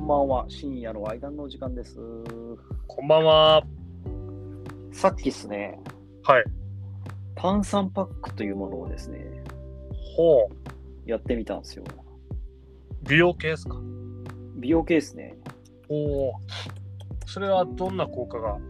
んばんは。深夜の間のお時間です。 こんばんは。 さっきですね、 はい。 炭酸パックというものをですね、 ほう。 やってみたんですよ。 美容系ですか？ 美容系ですね。 おお。それはどんな効果が？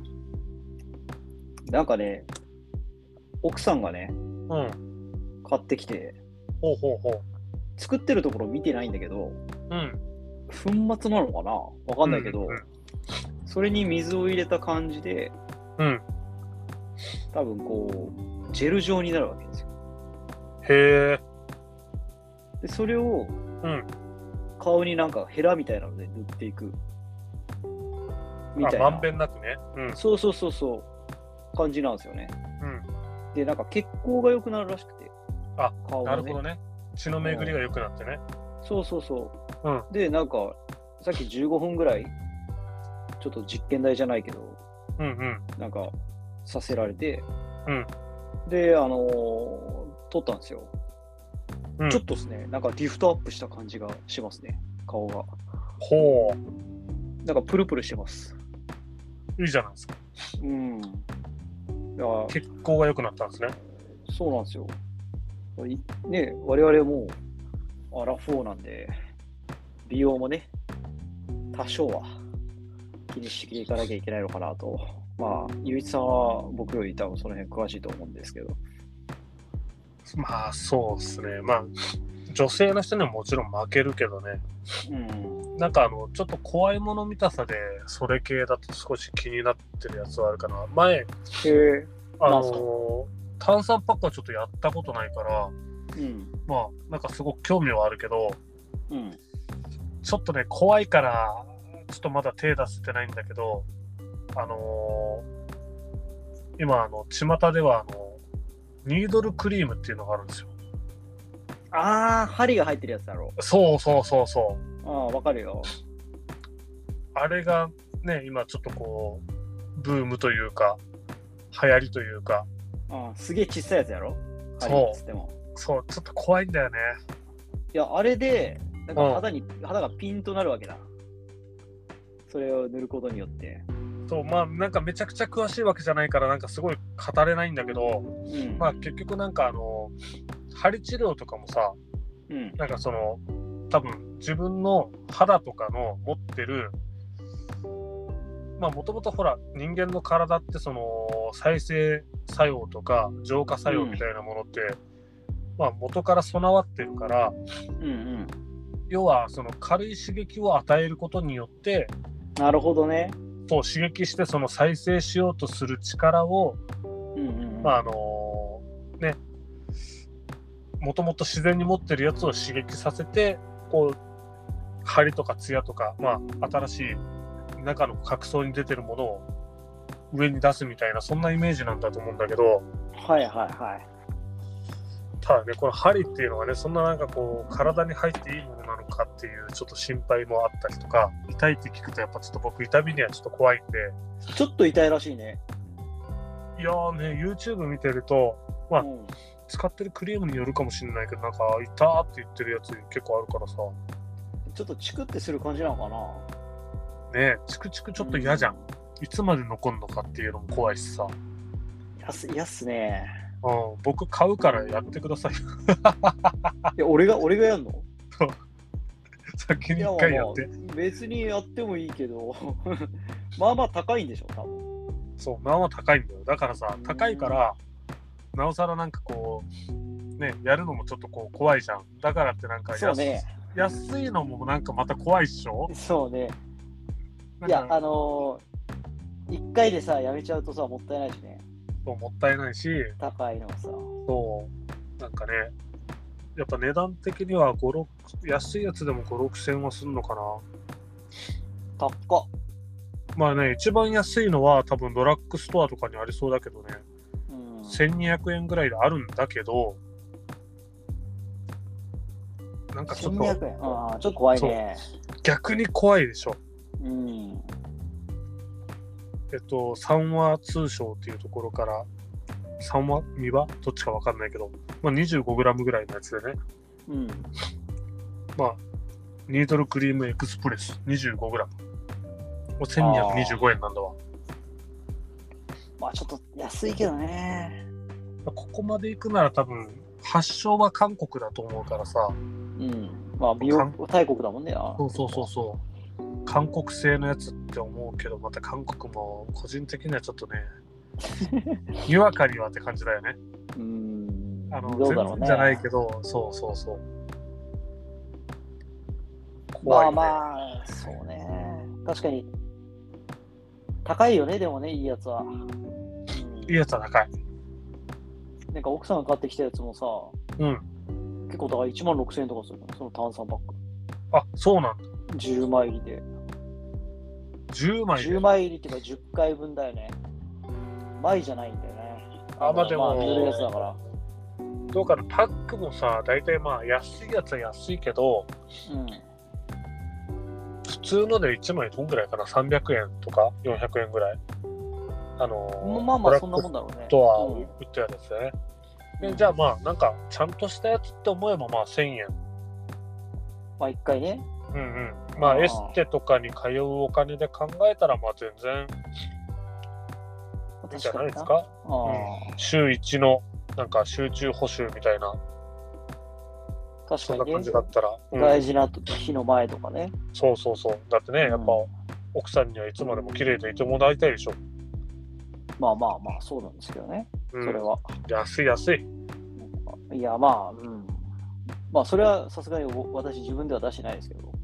なんかね、奥さんがね、 うん。 買ってきて、 ほうほうほ作ってるところ見てないんだけど、 う。うん。 粉末なのかなわかんないけど、 うん。 それに水を入れた感じで、 うん。 多分こう、ジェル状になるわけですよ。 へえ。 で、それをうん。 顔になんかヘラみたいなので塗っていく。みあ、 たいな。 まんべんなくね。うん。 そう、感じなんですよね。 うん。 で、なんか血行が良くなるらしくて、 あ、 顔のね。 なるほどね。血の巡りが良くなってね。 そう。 うん。 で、なんか、さっき15分ぐらい、ちょっと実験台じゃないけど、 うん。 なんか、させられて、 うん。 で、撮ったんですよ。 うん。 ちょっとですね、なんかリフトアップした感じがしますね、顔が。 ほなんかプルプルしてます。 う。いいじゃないですか。 うん。だから血行が良くなったんですね。 そうなんですよ。ね、我々もアラフォーなんで、美容もね、多少は気にしていかなきゃいけないのかなと。まあ、ゆういちさんは僕より多分その辺詳しいと思うんですけど。 まあ、そうですね。まあ、女性の人にはもちろん負けるけどね。 うん。 なんかちょっと怖いもの見たさで、それ系だと少し気になってるやつはあるかな。前、 へえ、なんすか？ 炭酸パックはちょっとやったことないから、 うん。 まあ、なんかすごく興味はあるけど、 うん。 ちょっとね、怖いから、ちょっとまだ手出せてないんだけど、あの今、巷では、ニードルクリームっていうのがあるんですよ。 あー、針が入ってるやつだろそう。 う。あー、わかるよ。 あれがね、今ちょっとこう、ブームというか、流行りというか、 あー、すげえ小さいやつやろ針っつっても。 そう、ちょっと怖いんだよね。 いや、あれで、なんかうん。 肌がピンとなるわけだ。それを塗ることによって。 そう、まあなんかめちゃくちゃ詳しいわけじゃないからなんかすごい語れないんだけど、 うん。 まあ結局なんか針治療とかもさ、 うん。 なんか多分自分の肌とかの持ってる、まあもともとほら人間の体って再生作用とか浄化作用みたいなものって、まあ元から備わってるから、 うん。 要はその軽い刺激を与えることによってなるほどね。 そう刺激してその再生しようとする力をまあね、もともと自然に持ってるやつを刺激させてこう張りとかツヤとか、まあ、新しい中の角層に出てるものを上に出すみたいなそんなイメージなんだと思うんだけど、 はい。 ただねこの針っていうのがねそんななんかこう体に入っていいものなのかっていうちょっと心配もあったりとか、痛いって聞くとやっぱちょっと僕痛みにはちょっと怖いんで、 ちょっと痛いらしいね。 いやーね YouTube 見てるとまあ、 うん。 使ってるクリームによるかもしれないけどなんか痛ーって言ってるやつ結構あるからさ、 ちょっとチクってする感じなのかな。 ねチクチクちょっと嫌じゃん、いつまで残るのかっていうのも怖いしさ、 嫌っすね。 僕買うからやってください。 いや、俺がやんの？ 先にいや、 一回やって。 別にやってもいいけど、まあまあ高いんでしょ、多分。 そう、まあまあ高いんだよ。だからさ、高いから、なおさらなんかこう、ね、やるのもちょっとこう怖いじゃん。だからってなんかそうね。 安いのもなんかまた怖いっしょ？ そうね。いや、 なんか一回でさ、やめちゃうとさ、もったいないしね。 そうもったいないし、 高いのさ。 そう、なんかね、やっぱ値段的には5、6、安いやつでも5、6千はするのかな。 高っ。 まあね、一番安いのは多分ドラッグストアとかにありそうだけどね、 うん。 1200円ぐらいであるんだけど、なんかちょっ 1200 と円。ああ、ちょっと怖いね。 逆に怖いでしょ。 うん。 三話通商っていうところから3話2話どっちか分かんないけど、まあ、25g ぐらいのやつでね、 うん。 まあニードルクリームエクスプレス 25g。1225円なんだわ。 まあちょっと安いけどね。 ここまで行くなら多分発祥は韓国だと思うからさ。 うん。まあ美容大国だもんね。 そう韓国製のやつって思うけど、また韓国も個人的にはちょっとねにわかにはって感じだよね。 どうだろうね。 全然じゃないけど、そう怖いね。まあそうね。確かに高いよね。でもね、いいやつは。 いいやつは高い。 なんか奥さんが買ってきたやつもさ、結構高い、1万6000円とかするの、その炭酸パック。 あ、そうなんだ。 10枚入りで。10枚入りっていうか10回分だよね。枚じゃないんだよね。 まあでも、 塗るやつだから。 どうかな、パックもさ、大体まあ安いやつは安いけど、普通ので1枚どんぐらいかな、300円とか400円ぐらい。 まあそんなもんだろうね。 とは売ってるやつだね。でじゃあまあなんかちゃんとしたやつって思えばまあ1000円。 まあ1回ね。 まあエステとかに通うお金で考えたらまあ全然いいんじゃないですか。週1のなんか集中補修みたいな。 確かに、ね、 そんな感じだったら、 大事な日の前とかね。 そうだってね、やっぱ奥さんにはいつまでも綺麗でいてもらいたいでしょ。 まあそうなんですけどね、それは安い。 いやまあそれはさすがに私自分では出してないですけど、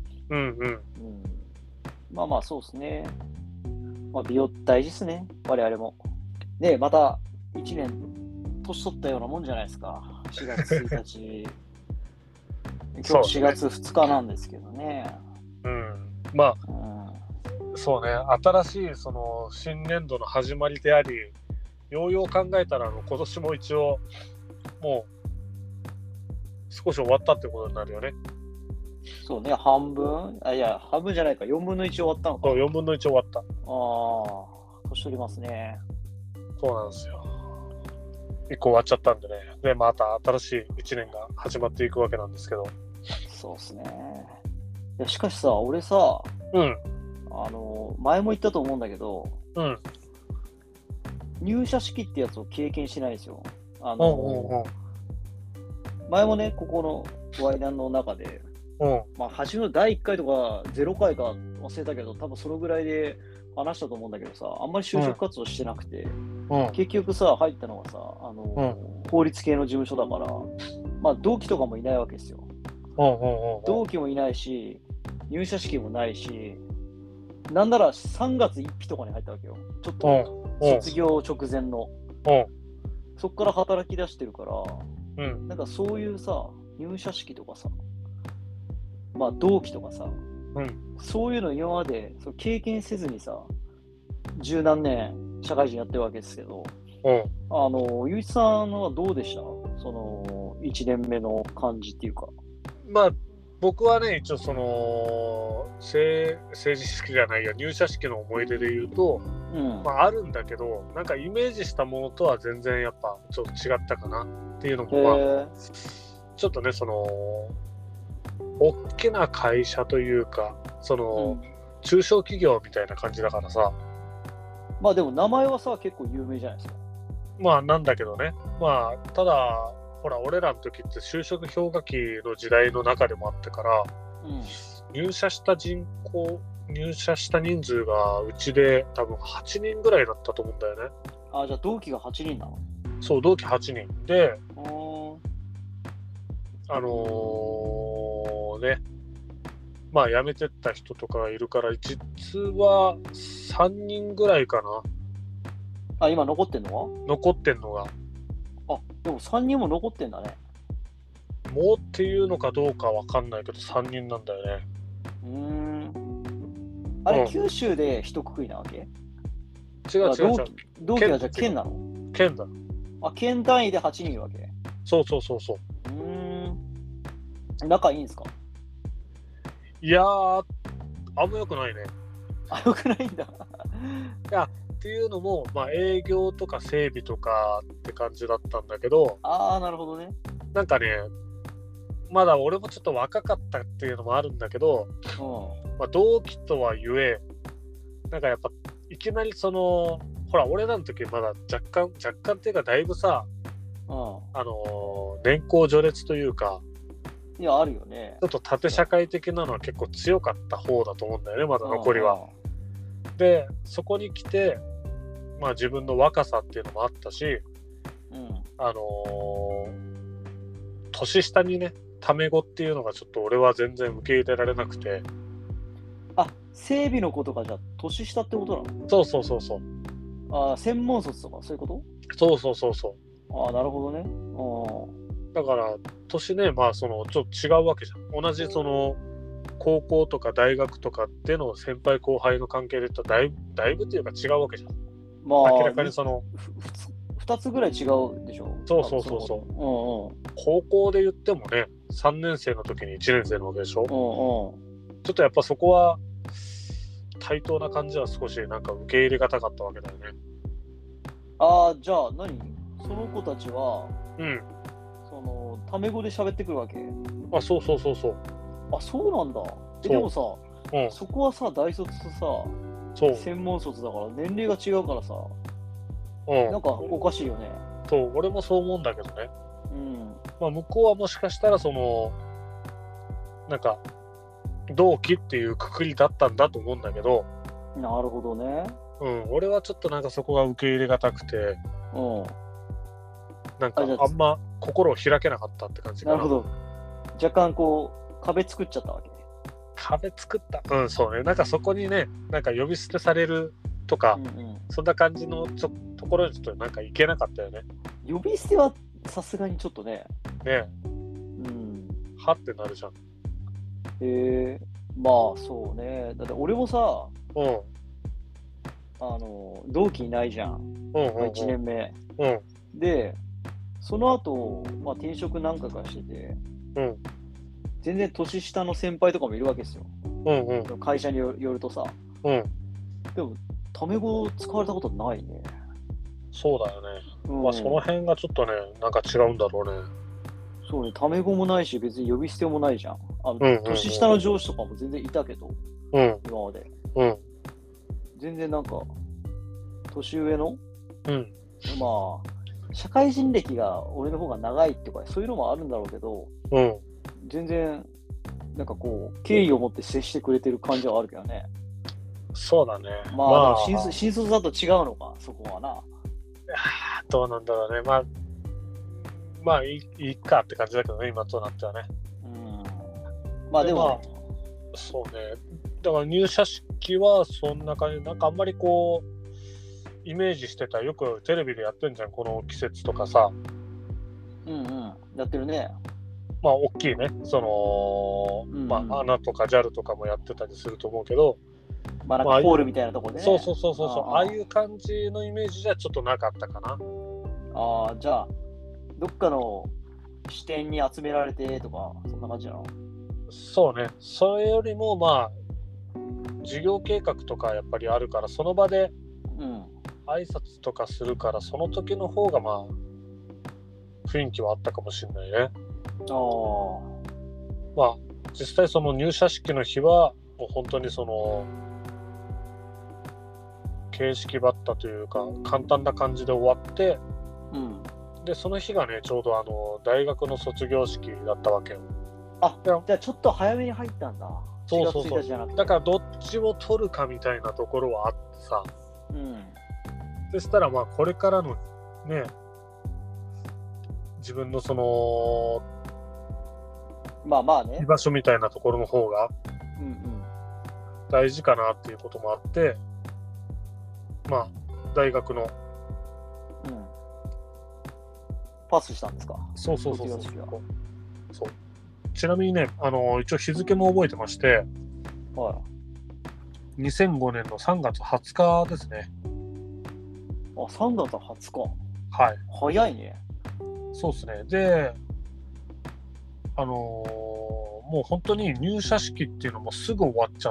まあそうですね。まあ美容大事ですね、我々もね。また1年年取ったようなもんじゃないですか。4月1日今日4月2日なんですけどね。 まあ、そうね、新しいその新年度の始まりであり、よう考えたら今年も一応もう少し終わったってことになるよね。 そうね、半分じゃないか、4分の1終わったのか。 そう、4分の1終わった。 年取りますね。 そうなんですよ。1個終わっちゃったんでね。で、また新しい1年が始まっていくわけなんですけど。 そうですね。いやしかしさ、俺さ、前も言ったと思うんだけど、入社式ってやつを経験しないですよ。前もね、ここのワイダンの中で、初めの第1回とか0回か忘れたけど、多分そのぐらいで話したと思うんだけどさ、あんまり就職活動してなくて、結局さ、入ったのがさ、法律系の事務所だから、まあ同期とかもいないわけですよ。同期もいないし、入社式もないし、なんなら3月1日とかに入ったわけよ。ちょっと卒業直前の。そっから働き出してるから、なんかそういうさ、入社式とかさ、まあ同期とかさ、そういうの今まで経験せずにさ、十何年社会人やってるわけですけど、ゆういちさんのはどうでした？その1年目の感じっていうか。 まあ僕はね、一応その成人式じゃないや、入社式の思い出で言うと、まああるんだけど、なんかイメージしたものとは全然やっぱちょっと違ったかなっていうのも、まあちょっとね、その大きな会社というか、その、中小企業みたいな感じだからさ。 まあでも名前はさ、結構有名じゃないですか。 まあなんだけどね。まあただほら、俺らの時って就職氷河期の時代の中でもあってから、入社した人数がうちで多分8人ぐらいだったと思うんだよね。 じゃあ同期が8人なの？ そう、同期8人で、ね、まあ辞めてった人とかがいるから、実は3人ぐらいかな。今残ってんのは？ 残ってんのが。 でも3人も残ってんだね。 もうっていうのかどうかわかんないけど、3人なんだよね。 あれ、九州で一括りなわけ？ 違う。 同期はじゃあ県なの？ 県だ。 県単位で8人いるわけ？ そう。 仲いいんですか？ いやー、あんま良くないね。 良くないんだ。 いや、っていうのも、まあ営業とか整備とかって感じだったんだけど、 なるほどね。 なんかね、 まだ俺もちょっと若かったっていうのもあるんだけど、同期とはゆえ、なんかやっぱいきなりそのほら俺らの時まだ若干っていうかだいぶさ、年功序列というか、 いやあるよね。 ちょっと縦社会的なのは結構強かった方だと思うんだよね、まだ残りは。でそこに来て、まあ自分の若さっていうのもあったし、年下にねタメ語っていうのがちょっと俺は全然受け入れられなくて。 整備のことがじゃあ年下ってことなの？そう。 専門卒とかそういうこと？ そう。 なるほどね。 だから年ね、まあそのちょっと違うわけじゃん。同じその高校とか大学とかでの先輩後輩の関係で言ったらだいぶっていうか違うわけじゃん。まあ明らかにその 2つぐらい違うでしょ。 そう。高校で言ってもね、3年生の時に1年生なわけでしょ。ちょっとやっぱそこは対等な感じは少しなんか受け入れがたかったわけだよね。 じゃあその子たちは、そのタメ語で喋ってくるわけ？ そう。 そうなんだ。でもさ、そこはさ大卒とさ専門卒だから年齢が違うからさ、なんかおかしいよね。 俺もそう思うんだけどね。まあ向こうはもしかしたらそのなんか同期っていうくくりだったんだと思うんだけど。 なるほどね。 俺はちょっとなんかそこが受け入れがたくて、なんかあんま心を開けなかったって感じかな。 なるほど。若干こう壁作っちゃったわけ。 壁作った。そうね。なんかそこにね、なんか呼び捨てされるとか、そんな感じのところにちょっとなんかいけなかったよね。 呼び捨てはさすがにちょっとね。 はってなるじゃん。 まあそうね。だって俺もさ、同期いないじゃん。1年目。で、その後、転職何回かしてて、全然年下の先輩とかもいるわけですよ。会社によるとさ。でも、タメ語使われたことないね。 そうだよね。その辺がちょっとね、なんか違うんだろうね。 そうね、タメ語もないし、別に呼び捨てもないじゃん。年下の上司とかも全然いたけど、今まで。全然なんか、年上の、まあ、社会人歴が俺の方が長いっていうか、そういうのもあるんだろうけど、全然、なんかこう、敬意を持って接してくれてる感じはあるけどね。 そうだね。 新卒だと違うのか、そこはな。 どうなんだろうね。まあいいかって感じだけどね、今となってはね。 でも、 そうね。だから入社式はそんな感じ、なんかあんまりこう、イメージしてた、よくテレビでやってんじゃん、この季節とかさ。 やってるね。 大きいね、その、ANA とか JAL とかもやってたりすると思うけど、 なんかホールみたいなとこでね。 そう。ああいう感じのイメージじゃちょっとなかったかな。 じゃあ、どっかの支店に集められてとか、そんな感じなの？ そうね。それよりも、事業計画とかやっぱりあるから、その場で挨拶とかするから、その時の方が雰囲気はあったかもしれないね。実際その入社式の日は、もう本当にその、形式ばったというか簡単な感じで終わって、でその日がねちょうど大学の卒業式だったわけよ。 じゃあちょっと早めに入ったんだ。 そうだからどっちを取るかみたいなところはあってさ、そしたらこれからのね自分のそのね、 居場所みたいなところの方が大事かなっていうこともあって、大学の、 パスしたんですか？ そう。ちなみにね、一応日付も覚えてまして、2005年の3月20日ですね。 3月20日。 はい。 早いね。そうですね。で、もう本当に入社式っていうのもすぐ終わっちゃって、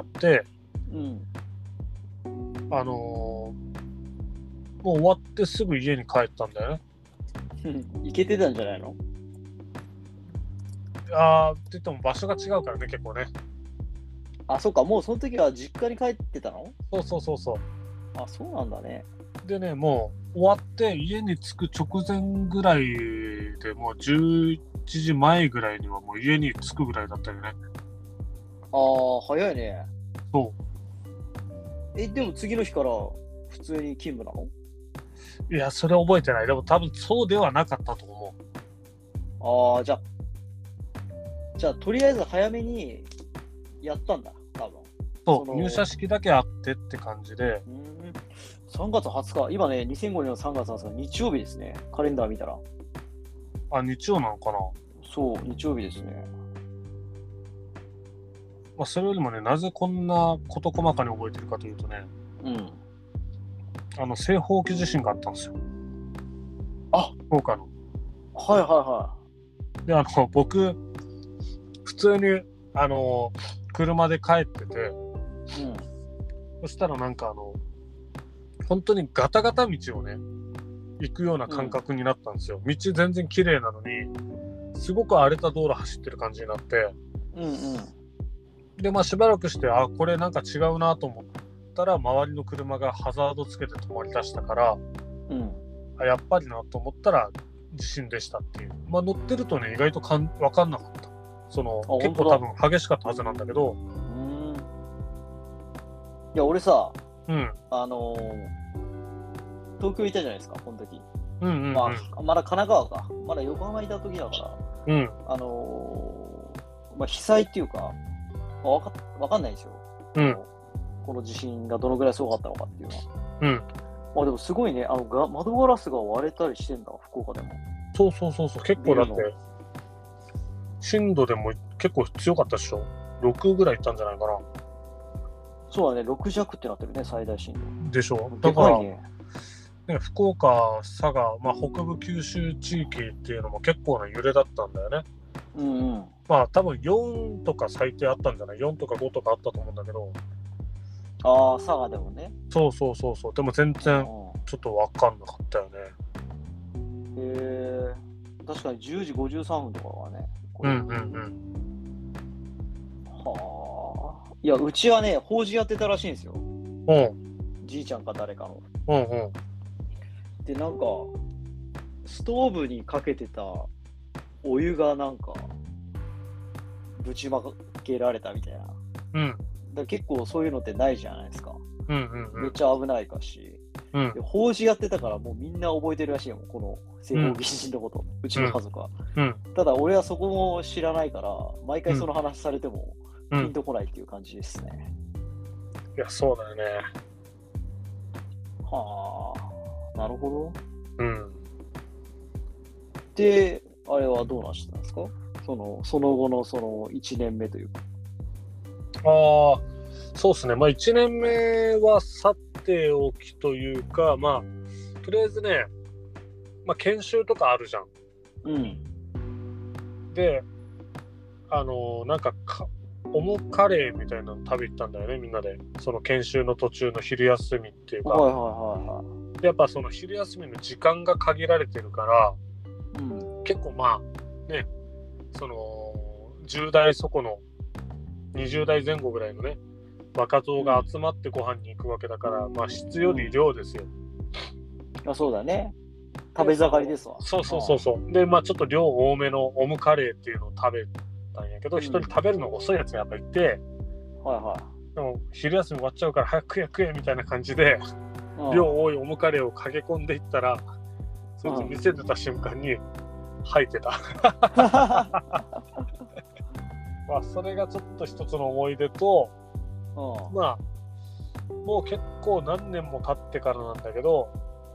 もう終わってすぐ家に帰ったんだよね。 行けてたんじゃないの？ って言っても場所が違うからね、結構ね。 あ、そっか、もうその時は実家に帰ってたの？ そう。 あ、そうなんだね。 でね、もう終わって家に着く直前ぐらいでもう11時前ぐらいにはもう家に着くぐらいだったよね。 ああ、早いね。 そでも次の日から普通に勤務なの？ う。いや、それ覚えてない。でも多分そうではなかったと思ああ、じゃあとりあえず早めにやったんだ、多分。 そう、入社式だけあってって感じで。 3月20日、今ね、2005年の3月20日、日曜日ですね。カレンダー見たら。 あ、日曜なのかな。 そう、日曜日ですね。 まあ、それよりもね、なぜこんな事細かに覚えてるかというとね、西方沖地震があったんですよ。 あ、 福岡の。 はい。 で、僕、普通に、車で帰ってて、そしたらなんか本当にガタガタ道をね、行くような感覚になったんですよ。道全然綺麗なのに、すごく荒れた道路走ってる感じになって、で、まあしばらくして、これなんか違うなと思ったら、周りの車がハザードつけて止まり出したから、やっぱりなと思ったら地震でしたっていう。まあ乗ってるとね、意外と分かんなかった。結構多分激しかったはずなんだけど。 いや、俺さ、 東京いたじゃないですか、この時。 まだ神奈川か。まだ横浜いた時だから、被災っていうか、わかんないんですよ。この地震がどのぐらいすごかったのかっていうのは。でもすごいね、窓ガラスが割れたりしてんだ、福岡でも。 そう。結構だって、震度でも結構強かったでしょ。6ぐらいいったんじゃないかな。 そうだね、6弱ってなってるね、最大震度。 でしょ。だから、ね、福岡、佐賀、北部九州地域っていうのも結構な揺れだったんだよね。まあ多分4とか最低あったんじゃない？ 4 とか5とかあったと思うんだけど。 佐賀でもね。 そう。でも全然ちょっと分かんなかったよね。 確かに10時53分とかはね。いや、うちはね、法事やってたらしいんですよ。じいちゃんか誰かの。で、なんか、ストーブにかけてたお湯がなんか、ぶちまけられたみたいな。だ結構そういうのってないじゃないですか。めっちゃ危ないかし。で法事やってたからもうみんな覚えてるらしいよ、この西方地震のこと、うちの家族は。ただ俺はそこも知らないから、毎回その話されてもピンとこないっていう感じですね。 いや、そうだよね。 なるほど。で、あれはどうなしてたんですか？その後のその1年目というか。 そうですね。1年目はさておきというか、とりあえずね、研修とかあるじゃん。で、なんかオムカレーみたいなの食べ行ったんだよね、みんなで。その研修の途中の昼休みっていうか。でやっぱその昼休みの時間が限られてるから、結構その10代そこの20代前後ぐらいのね、若造が集まってご飯に行くわけだから、質より量ですよ。 そうだね。食べ盛りですわ。 そう。で、ちょっと量多めのオムカレーっていうのを食べたんやけど、一人食べるのが遅いやつがやっぱいて、でも昼休み終わっちゃうから早く食えみたいな感じで、量多いオムカレーを駆け込んでいったら、そいつ店出た瞬間に吐いてた。それがちょっと一つの思い出と、もう結構何年も経ってからなんだけど、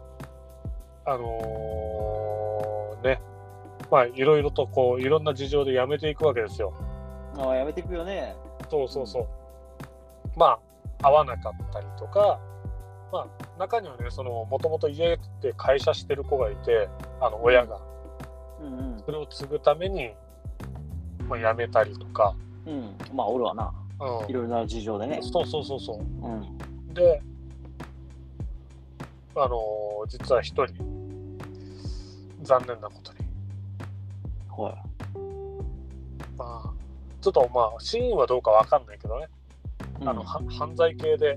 いろいろとこういろんな事情で辞めていくわけですよ。 辞めていくよね。 そう。合わなかったりとか、中にはね、もともと家で会社してる子がいて、親が、それを継ぐために、辞めたりとか。 おるわな。いろいろな事情でね。 そう。で、実は一人残念なことに、 ちょっとまあ真意はどうかわかんないけどね、犯罪系で、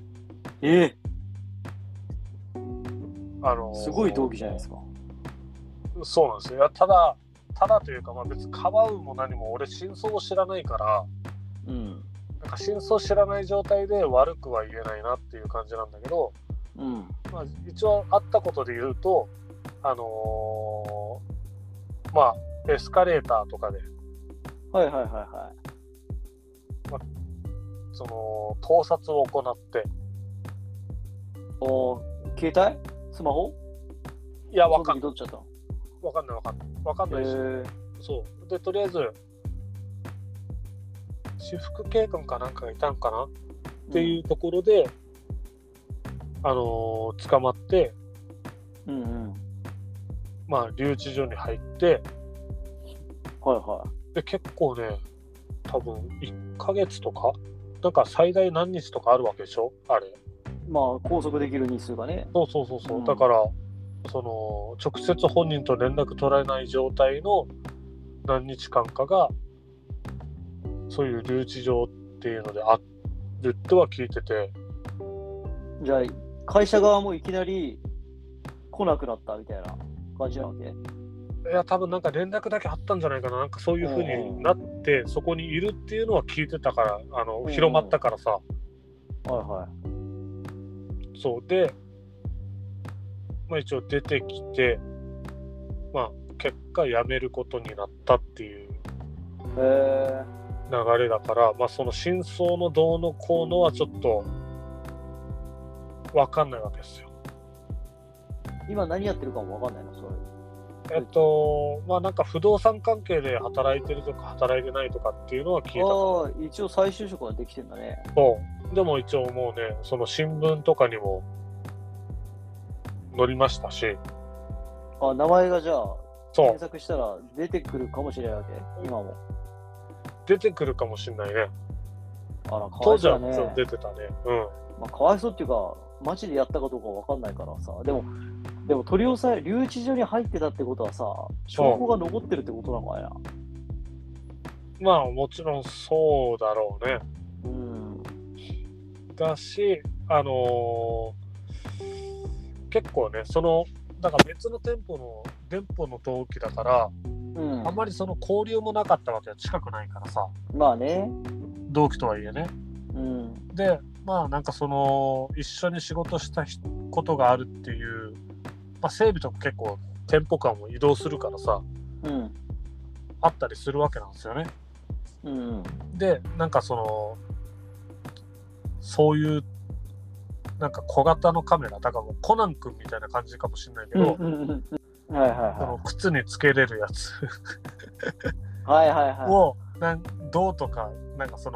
すごい動機じゃないですか。 そうなんですよ。ただというか、まあ別にかばうも何も俺真相を知らないから、なんか真相を知らない状態で悪くは言えないなっていう感じなんだけど、まあ、一応あったことで言うと、まあエスカレーターとかで、まあ、その盗撮を行って、 携帯？スマホ？ いや、わかんないし、そうでとりあえず私服警官かなんかがいたんかなっていうところで、捕まって、まあ留置所に入って、で結構ね、多分1ヶ月とかなんか最大何日とかあるわけでしょ、あれ。 まあ拘束できる日数がね。 そう、だからその直接本人と連絡取られない状態の何日間かがそういう留置場っていうのであるとは聞いてて。 じゃあ会社側もいきなり来なくなったみたいな感じなわけ？ いや、多分なんか連絡だけあったんじゃないかな。なんかそういう風になってそこにいるっていうのは聞いてたから、広まったからさ。そうで、まあ一応出てきて、まあ結果辞めることになったっていう流れだから、まあその真相のどうのこうのはちょっと分かんないわけですよ。 今何やってるかも分かんないの、それ。 まあなんか不動産関係で働いてるとか働いてないとかっていうのは聞いた。 一応再就職はできてんだね。 そうでも一応もうね、その新聞とかにも載りましたし。 名前がじゃあ検索したら出てくるかもしれないわけ？今も出てくるかもしれないね。 かわいそうだね。 当時は出てたね。 まあかわいそうっていうか、マジでやったかどうかわかんないからさ。でも取り押さえ、留置所に入ってたってことはさ、証拠が残ってるってことなのかな。 まあもちろんそうだろうね。だし、結構ね、だから別の店舗の同期だから、あんまりその交流もなかったわけは近くないからさ。 まあね。 同期とはいえね。で、まあなんか一緒に仕事したことがあるっていう、まあ整備とか結構店舗間も移動するからさ、あったりするわけなんですよね。で、なんかそういうなんか小型のカメラだからもうコナン君みたいな感じかもしれないけど、靴につけれるやつをどうとか、なんか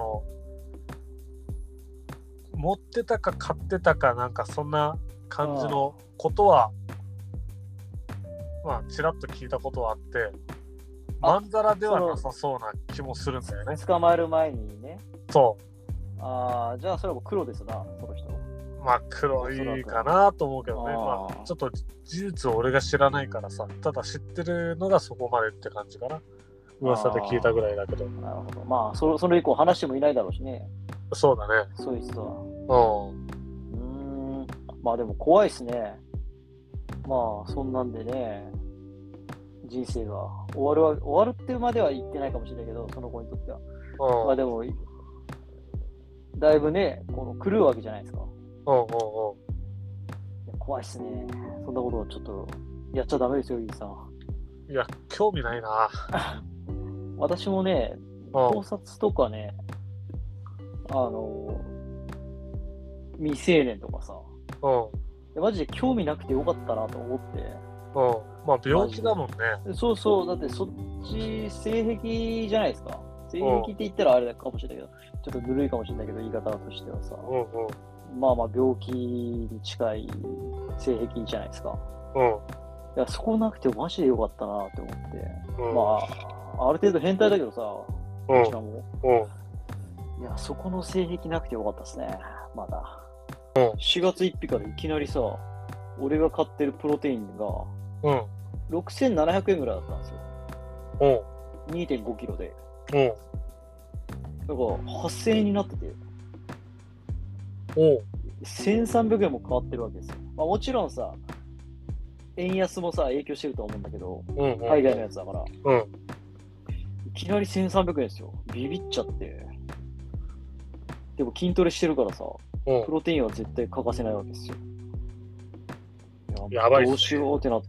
持ってたか買ってたかなんかそんな感じのことはまあちらっと聞いたことはあって、まんざらではなさそうな気もするんだよね。 捕まえる前にね。 そう。 じゃあそれも黒ですな、その人。 まあ黒いかなと思うけどね。まあちょっと事実を俺が知らないからさ、ただ知ってるのがそこまでって感じかな。噂で聞いたぐらいだけど。 なるほど。まあそれ以降話してもいないだろうしね。 そうだね。 そういう人は。まあでも怖いっすね。まあそんなんでね、人生が終わるってまでは言ってないかもしれないけど、その子にとっては。まあでもだいぶね、狂うわけじゃないですか。怖いっすね。そんなことをちょっとやっちゃダメですよ、イーさん。 いや、興味ないな。 私もね、盗撮とかね、未成年とかさ、マジで興味なくてよかったなと思って。 まあ病気だもんね。 そう、だってそっち性癖じゃないですか。性癖って言ったらあれかもしれないけど、ちょっとずるいかもしれないけど、言い方としてはさ、まあ病気に近い性癖じゃないですか。いや、そこなくてマジでよかったなって思って。まあ、ある程度変態だけどさ、こちらも。いや、そこの性癖なくてよかったですね、まだ。4月1日からいきなりさ、俺が買ってるプロテインが、6700円ぐらいだったんですよ。2.5 キロで。 だから8000円になってて、 おう。 1300円も変わってるわけですよ。まあ、もちろんさ、円安もさ、影響してると思うんだけど、 うんうん、 海外のやつだから、 うん。 いきなり1300円ですよ。ビビっちゃって。でも筋トレしてるからさ、 うん、 プロテインは絶対欠かせないわけですよ。 やばいっすね。 どうしようってなって、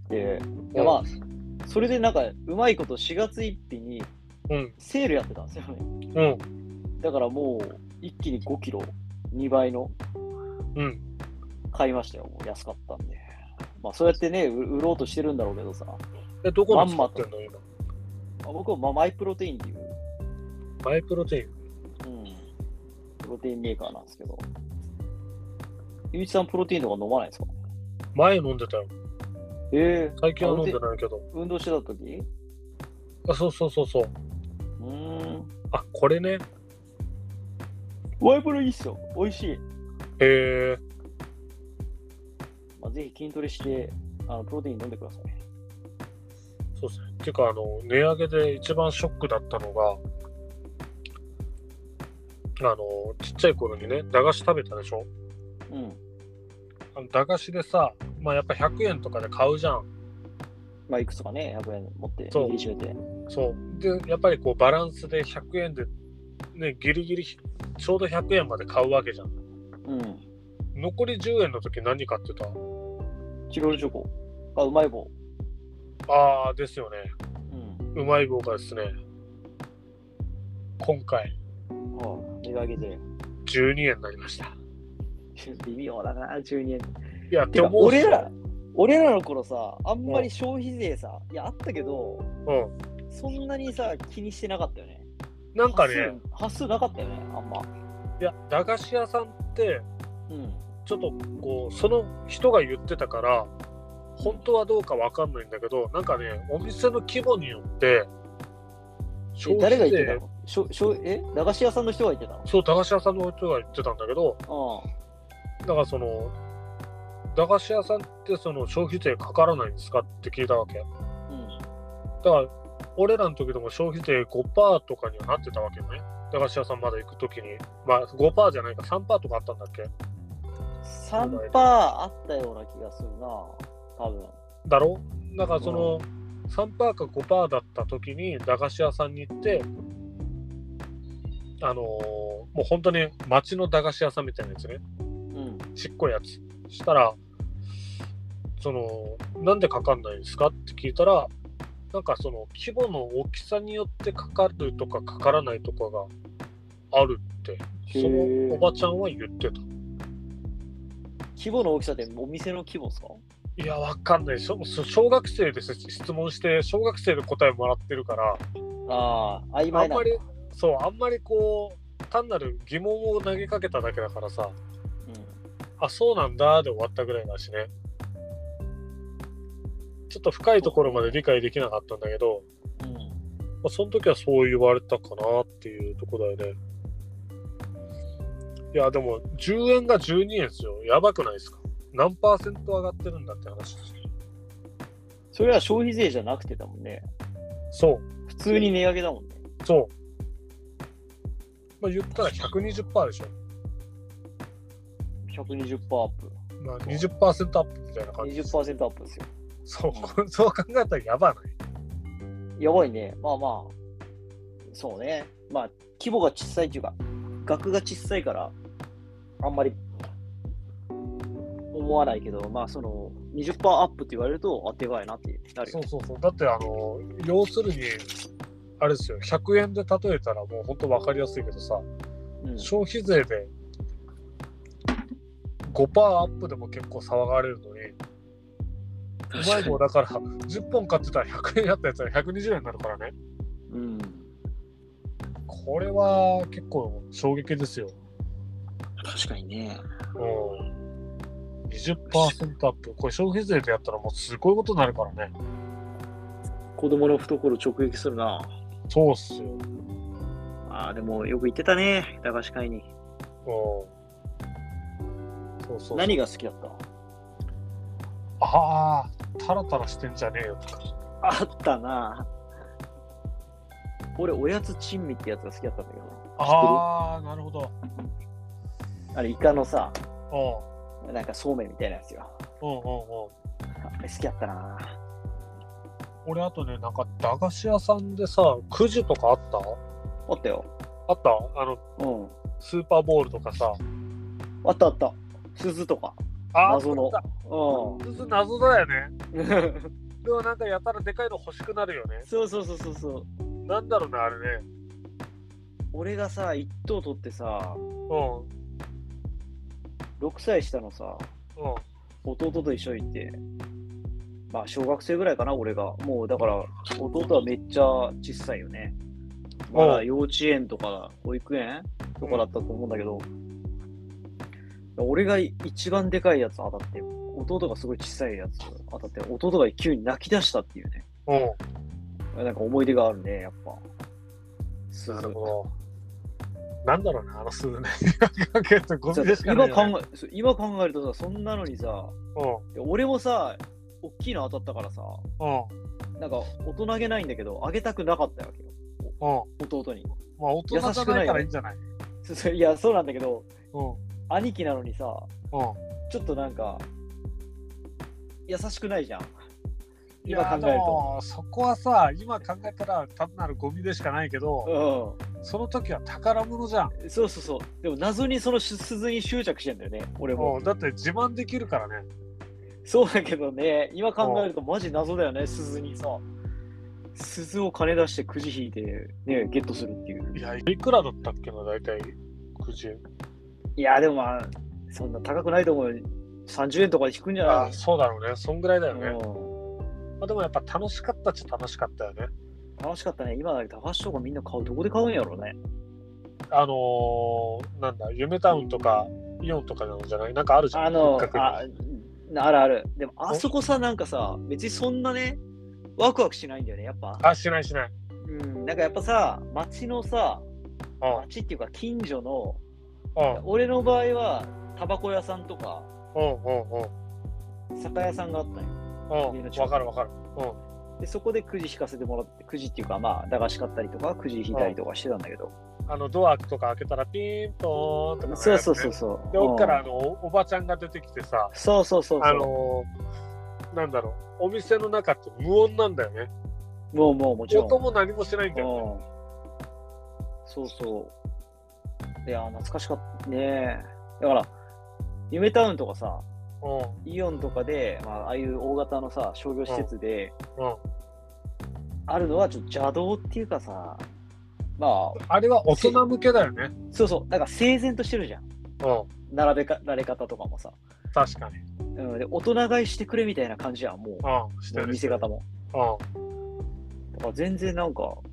いやまあ、それでなんか、うまいこと4月1日にセールやってたんですよね。 うん。 だからもう、一気に5キロ、2倍の買いましたよ。もう安かったんで。まあ、そうやってね、売ろうとしてるんだろうけどさ。 どこの使ってんの今？ 僕はマイプロテインっていう。 マイプロテイン？ プロテインメーカーなんですけど。ゆういちさんプロテインとか飲まないですか？ 前飲んでたよ。最近は飲んでないけど。 運動してた時？ あ、そう。あ、これね。 マイプロいいっすよ。美味しい。まあ、ぜひ筋トレしてプロテイン飲んでください。 そうですね。ていうか値上げで一番ショックだったのが、ちっちゃい頃にね、駄菓子食べたでしょ。駄菓子でさ、まあやっぱ100円とかで買うじゃん。 まあいくつかね、100円持ってそう握りしめて。 そうで、やっぱりこうバランスで100円でね、ギリギリちょうど100円まで買うわけじゃん。残り10円の時何買ってた？ チロルチョコ。あ、うまい棒。 ああ、ですよね。うまい棒がですね、今回、 値上げで 12円になりました。 微妙だな、12円。 いや、 てか俺らの頃さ、あんまり消費税さ、いや、あったけど、そんなにさ、気にしてなかったよね。 なんかね、 端数なかったよね、あんま。 いや、駄菓子屋さんって、ちょっとこう、その人が言ってたから、本当はどうかわかんないんだけど、なんかね、お店の規模によって、 誰が言ってたの？駄菓子屋さんの人が言ってたの？ そう、駄菓子屋さんの人が言ってたんだけど、だから駄菓子屋さんって消費税かからないんですかって聞いたわけ。だから俺らの時でも消費税 5% とかにはなってたわけよね。駄菓子屋さんまで行く時に。まあ 5% じゃないか 3% とかあったんだっけ？ 3% あったような気がするな、多分。 だろ？だから3% か 5% だった時に駄菓子屋さんに行ってもう本当に町の駄菓子屋さんみたいなやつね。ちっこいやつ。したら、なんでかかんないんですかって聞いたら、なんか規模の大きさによってかかるとかかからないとかがあるって、そのおばちゃんは言ってた。 規模の大きさってお店の規模ですか？ いや、わかんない。小学生で質問して、小学生で答えもらってるから、 曖昧な。 あんまりこう、単なる疑問を投げかけただけだからさ、あ、そうなんだで終わったぐらいだしね。ちょっと深いところまで理解できなかったんだけど、その時はそう言われたかなっていうところだよね。いや、でも10円が12円ですよ。やばくないですか？何%上がってるんだって話です。 それは消費税じゃなくてだもんね。 そう。 普通に値上げだもんね。 そう。まあ言ったら 120% でしょ。 120%アップ。 まあ 20% アップみたいな感じ。 20% アップですよ。 そう考えたらやばない？ やばいね。まあまあ、そうね。まあ、規模が小さいっていうか、額が小さいから、あんまり思わないけど、まあ、20% アップって言われると、でかいなってなるよ。 そう。だって、要するに、あれですよ、100円で例えたらもう本当分かりやすいけどさ、消費税で 5% アップでも結構騒がれるのに、うまい棒だから10本買ってたら100円やったやつは120円になるからね。これは結構衝撃ですよ。 確かにね。 20% アップ。これ消費税でやったらもうすごいことになるからね。 子供の懐直撃するな。 そうっすよ。 でもよく言ってたね、駄菓子会に。 そう。 何が好きだった？ タラタラしてんじゃねえよとか。 あったな。 俺、おやつ珍味ってやつが好きだったんだけど。 ああ、なるほど。 あれ、イカのさ、 うん。 なんかそうめんみたいなやつよ。あれ好きやったな。 俺、あとね、なんか駄菓子屋さんでさ、くじとかあった？ あったよ。 あった？ うん。 スーパーボールとかさ。 あったあった。鈴とか。謎の。 鈴謎だよね。でもなんかやたらでかいの欲しくなるよね。 そう。 なんだろうね、あれね。 俺がさ、1等取ってさ、 うん。 6歳下のさ、弟と一緒に行って、まあ小学生ぐらいかな、俺が。もうだから、弟はめっちゃ小さいよね。まだ幼稚園とか保育園とかだったと思うんだけど、俺が一番でかいやつ当たって、弟がすごい小さいやつ当たって、弟が急に泣き出したっていうね。なんか思い出があるね、やっぱ。 なるほど。なんだろうね、あの鈴ね。 今考えるとさ、そんなのにさ、俺もさ、大きいの当たったからさ、なんか大人げないんだけど、あげたくなかったわけよ。弟に。 まあ大人じゃないからいいんじゃない？ いや、そうなんだけど、兄貴なのにさ、ちょっとなんか、優しくないじゃん。今考えると。 そこはさ、今考えたら単なるゴミでしかないけど、その時は宝物じゃん。 そう。でも謎にその鈴に執着してんだよね、俺も。 だって自慢できるからね。 そうだけどね、今考えるとマジ謎だよね、鈴にさ。鈴を金出してくじ引いて、ね、ゲットするっていう。 いや、いくらだったっけな、大体くじ。 いや、でもまあ、そんな高くないと思うよ。30円とかで引くんじゃない？ そうだろうね、そんぐらいだよね。まあ、でもやっぱ楽しかったっちゃ楽しかったよね。 楽しかったね。今だけ駄菓子とかみんな買う、どこで買うんやろうね。 なんだ、夢タウンとかイオンとかなんじゃない？なんかあるじゃん。 ある。でもあそこさ、なんかさ、別にそんなね、ワクワクしないんだよね、やっぱ。 しない。 なんかやっぱさ、街のさ、街っていうか近所の、俺の場合はタバコ屋さんとか、酒屋さんがあったんよ。 わかる。 でそこでくじ引かせてもらって、くじっていうかまあ駄菓子買ったりとかくじ引いたりとかしてたんだけど、 ドアとか開けたらピーンポーンとか、ね、 そうで奥からおばちゃんが出てきてさ、なんだろう、お店の中って無音なんだよね。 もちろん音も何もしないんだよね。 いや懐かしかったね。だから夢タウンとかさ、イオンとかで、ああいう大型のさ商業施設で、あるのはちょっと邪道っていうかさ、 あれは大人向けだよね。 なんか整然としてるじゃん。並べられ方とかもさ。 確かに。 で大人買いしてくれみたいな感じやん、もう。見せ方も。だから全然なんか、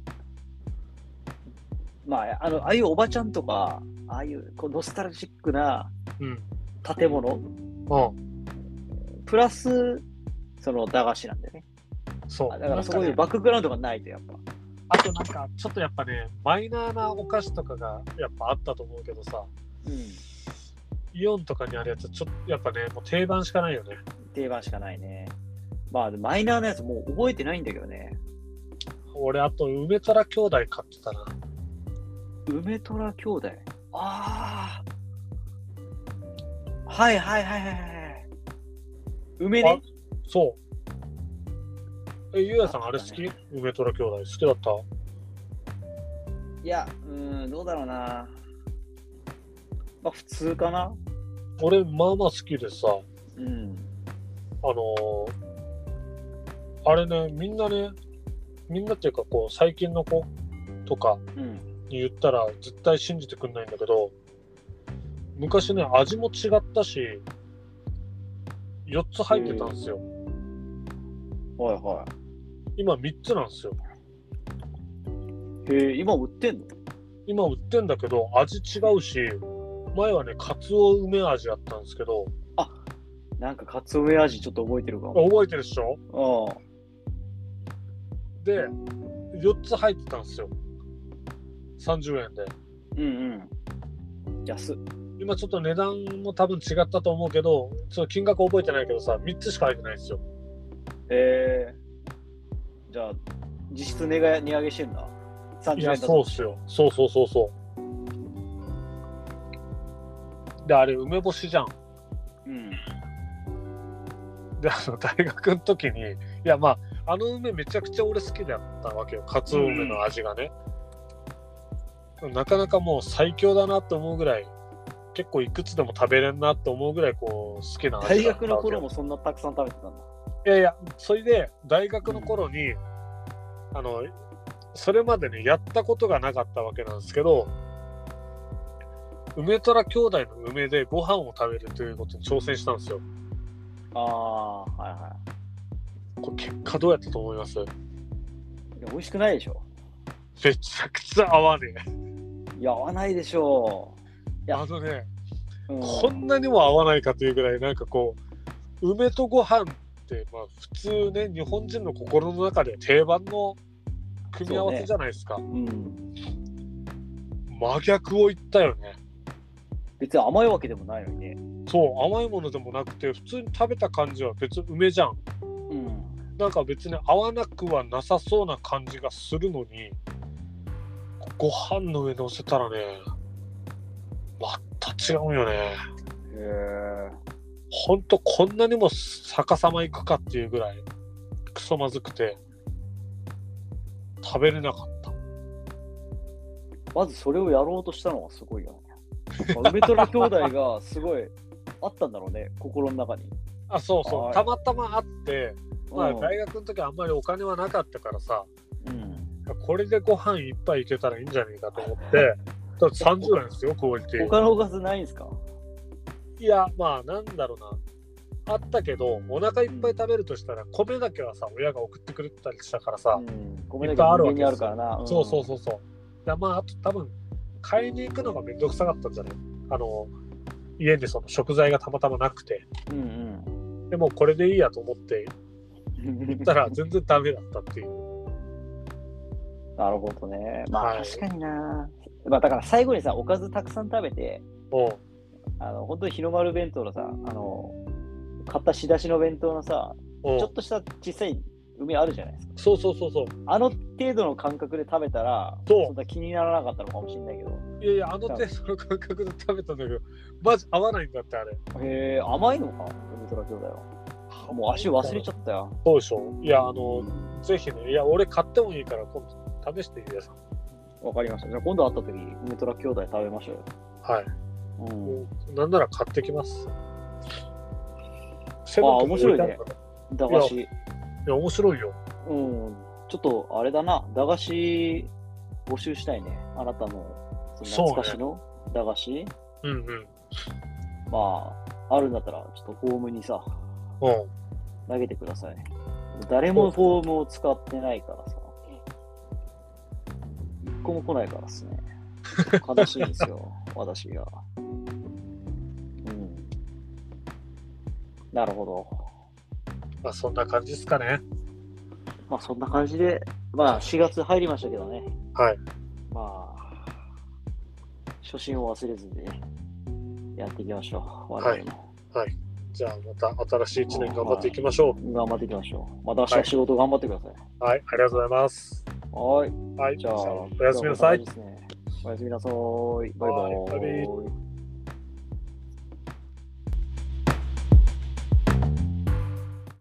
ああいうおばちゃんとか、ああいうノスタルジックな建物、プラス、その駄菓子なんだよね。だからそういうバックグラウンドがないとやっぱ。 あとなんかちょっとやっぱね、マイナーなお菓子とかがやっぱあったと思うけどさ、イオンとかにあるやつちょっとやっぱね、もう定番しかないよね。 定番しかないね。マイナーなやつもう覚えてないんだけどね。 俺あと梅虎兄弟買ってたな。 梅虎兄弟。はい。梅ね。 そう。ゆうやさんあれ好き？梅虎兄弟好きだった？ いや、どうだろうな。普通かな。 俺まあまあ好きでさ。あれね、みんなっていうかこう最近の子とかに言ったら絶対信じてくんないんだけど、昔ね味も違ったし4つ入ってたんですよ。今3つなんですよ。 今売ってんの？ 今売ってんだけど味違うし、前はねカツオ梅味あったんですけど、 なんかカツオ梅味ちょっと覚えてるかも。 覚えてるでしょ？で4つ入ってたんですよ。30円で。 安っ。 今ちょっと値段も多分違ったと思うけど、その金額覚えてないけどさ、3つしか入ってないんですよ。 じゃあ実質値上げしてんだ。 30 いや、 円だと。 そうっすよ。そうそうそうそう。で、あれ、梅干しじゃん。 うん。 で、大学の時に、いや、まあ、あの梅めちゃくちゃ俺好きだったわけよ。かつお梅の味がね。なかなかもう最強だなって思うぐらい、結構いくつでも食べれんなって思うぐらいこう好きな味だったわけよ。 大学の頃もそんなたくさん食べてたんだ。 いやいや、それで大学の頃に、それまでね、やったことがなかったわけなんですけど、梅虎兄弟の梅でご飯を食べるということに挑戦したんですよ。 ああ、はいはこれ結果どうやったと思います？ い。いや、美味しくないでしょ。 めちゃくちゃ合わねえ。 いや、合わないでしょう。いや、 こんなにも合わないかというぐらい、なんかこう、梅とご飯って、まあ普通ね、日本人の心の中で定番の組み合わせじゃないですか。真逆を言ったよね。 別に甘いわけでもないのにね。 そう、甘いものでもなくて、普通に食べた感じは別に梅じゃん。なんか別に合わなくはなさそうな感じがするのに、ご飯の上乗せたらね、また違うんよね。 へえ。 ほんとこんなにも逆さまいくかっていうぐらいクソまずくて食べれなかった。 まずそれをやろうとしたのはすごいよね。梅虎兄弟がすごいあったんだろうね、心の中に。 あ、そうそう、たまたまあって、まあ大学の時はあんまりお金はなかったからさ、これでご飯一杯いけたらいいんじゃないかと思って、だって30円ですよ、クオリティ。 他のおかずないんすか？ いや、まあなんだろうな。あったけど、お腹いっぱい食べるとしたら、米だけはさ、親が送ってくれたりしたからさ、 米だけは家にあるからな。 そうそうそうそう。まあ、あと多分、買いに行くのがめんどくさかったんじゃない？家にその食材がたまたまなくて。でもこれでいいやと思って行ったら全然ダメだったっていう。 なるほどね。まあ確かにな。まあだから最後にさ、おかずたくさん食べて、本当に日の丸弁当のさ、買った仕出しの弁当のさ、ちょっとした小さい梅あるじゃないですか。 そうそうそうそう。 あの程度の感覚で食べたら、そんな気にならなかったのかもしれないけど。 いやいや、あの程度の感覚で食べたんだけど、マジ合わないんだって、あれ。 へえ、甘いのか、梅虎兄弟は。もう足忘れちゃったよ。 そうでしょ。いや、ぜひね、いや、俺買ってもいいから、今度試してゆうやさん。 わかりました。じゃあ今度会った時、梅虎兄弟食べましょうよ。 はい。なんなら買ってきます。 面白いね。駄菓子。いや、面白いよ。 ちょっと、あれだな。駄菓子募集したいね。あなたの懐かしの駄菓子。まあ、あるんだったら、ちょっとフォームにさ、投げてください。誰もフォームを使ってないからさ。一個も来ないからっすね。悲しいんですよ、私が。なるほど。 まあそんな感じですかね。 まあそんな感じで、まあ4月入りましたけどね。 はい。 まあ、初心を忘れずにね、やっていきましょう。 我々も。はい。じゃあまた新しい1年頑張っていきましょう。 頑張っていきましょう。また明日仕事頑張ってください。 はい、ありがとうございます。 はい。 はい。 じゃあ、 おやすみなさい。 おやすみなさい。バイバイ。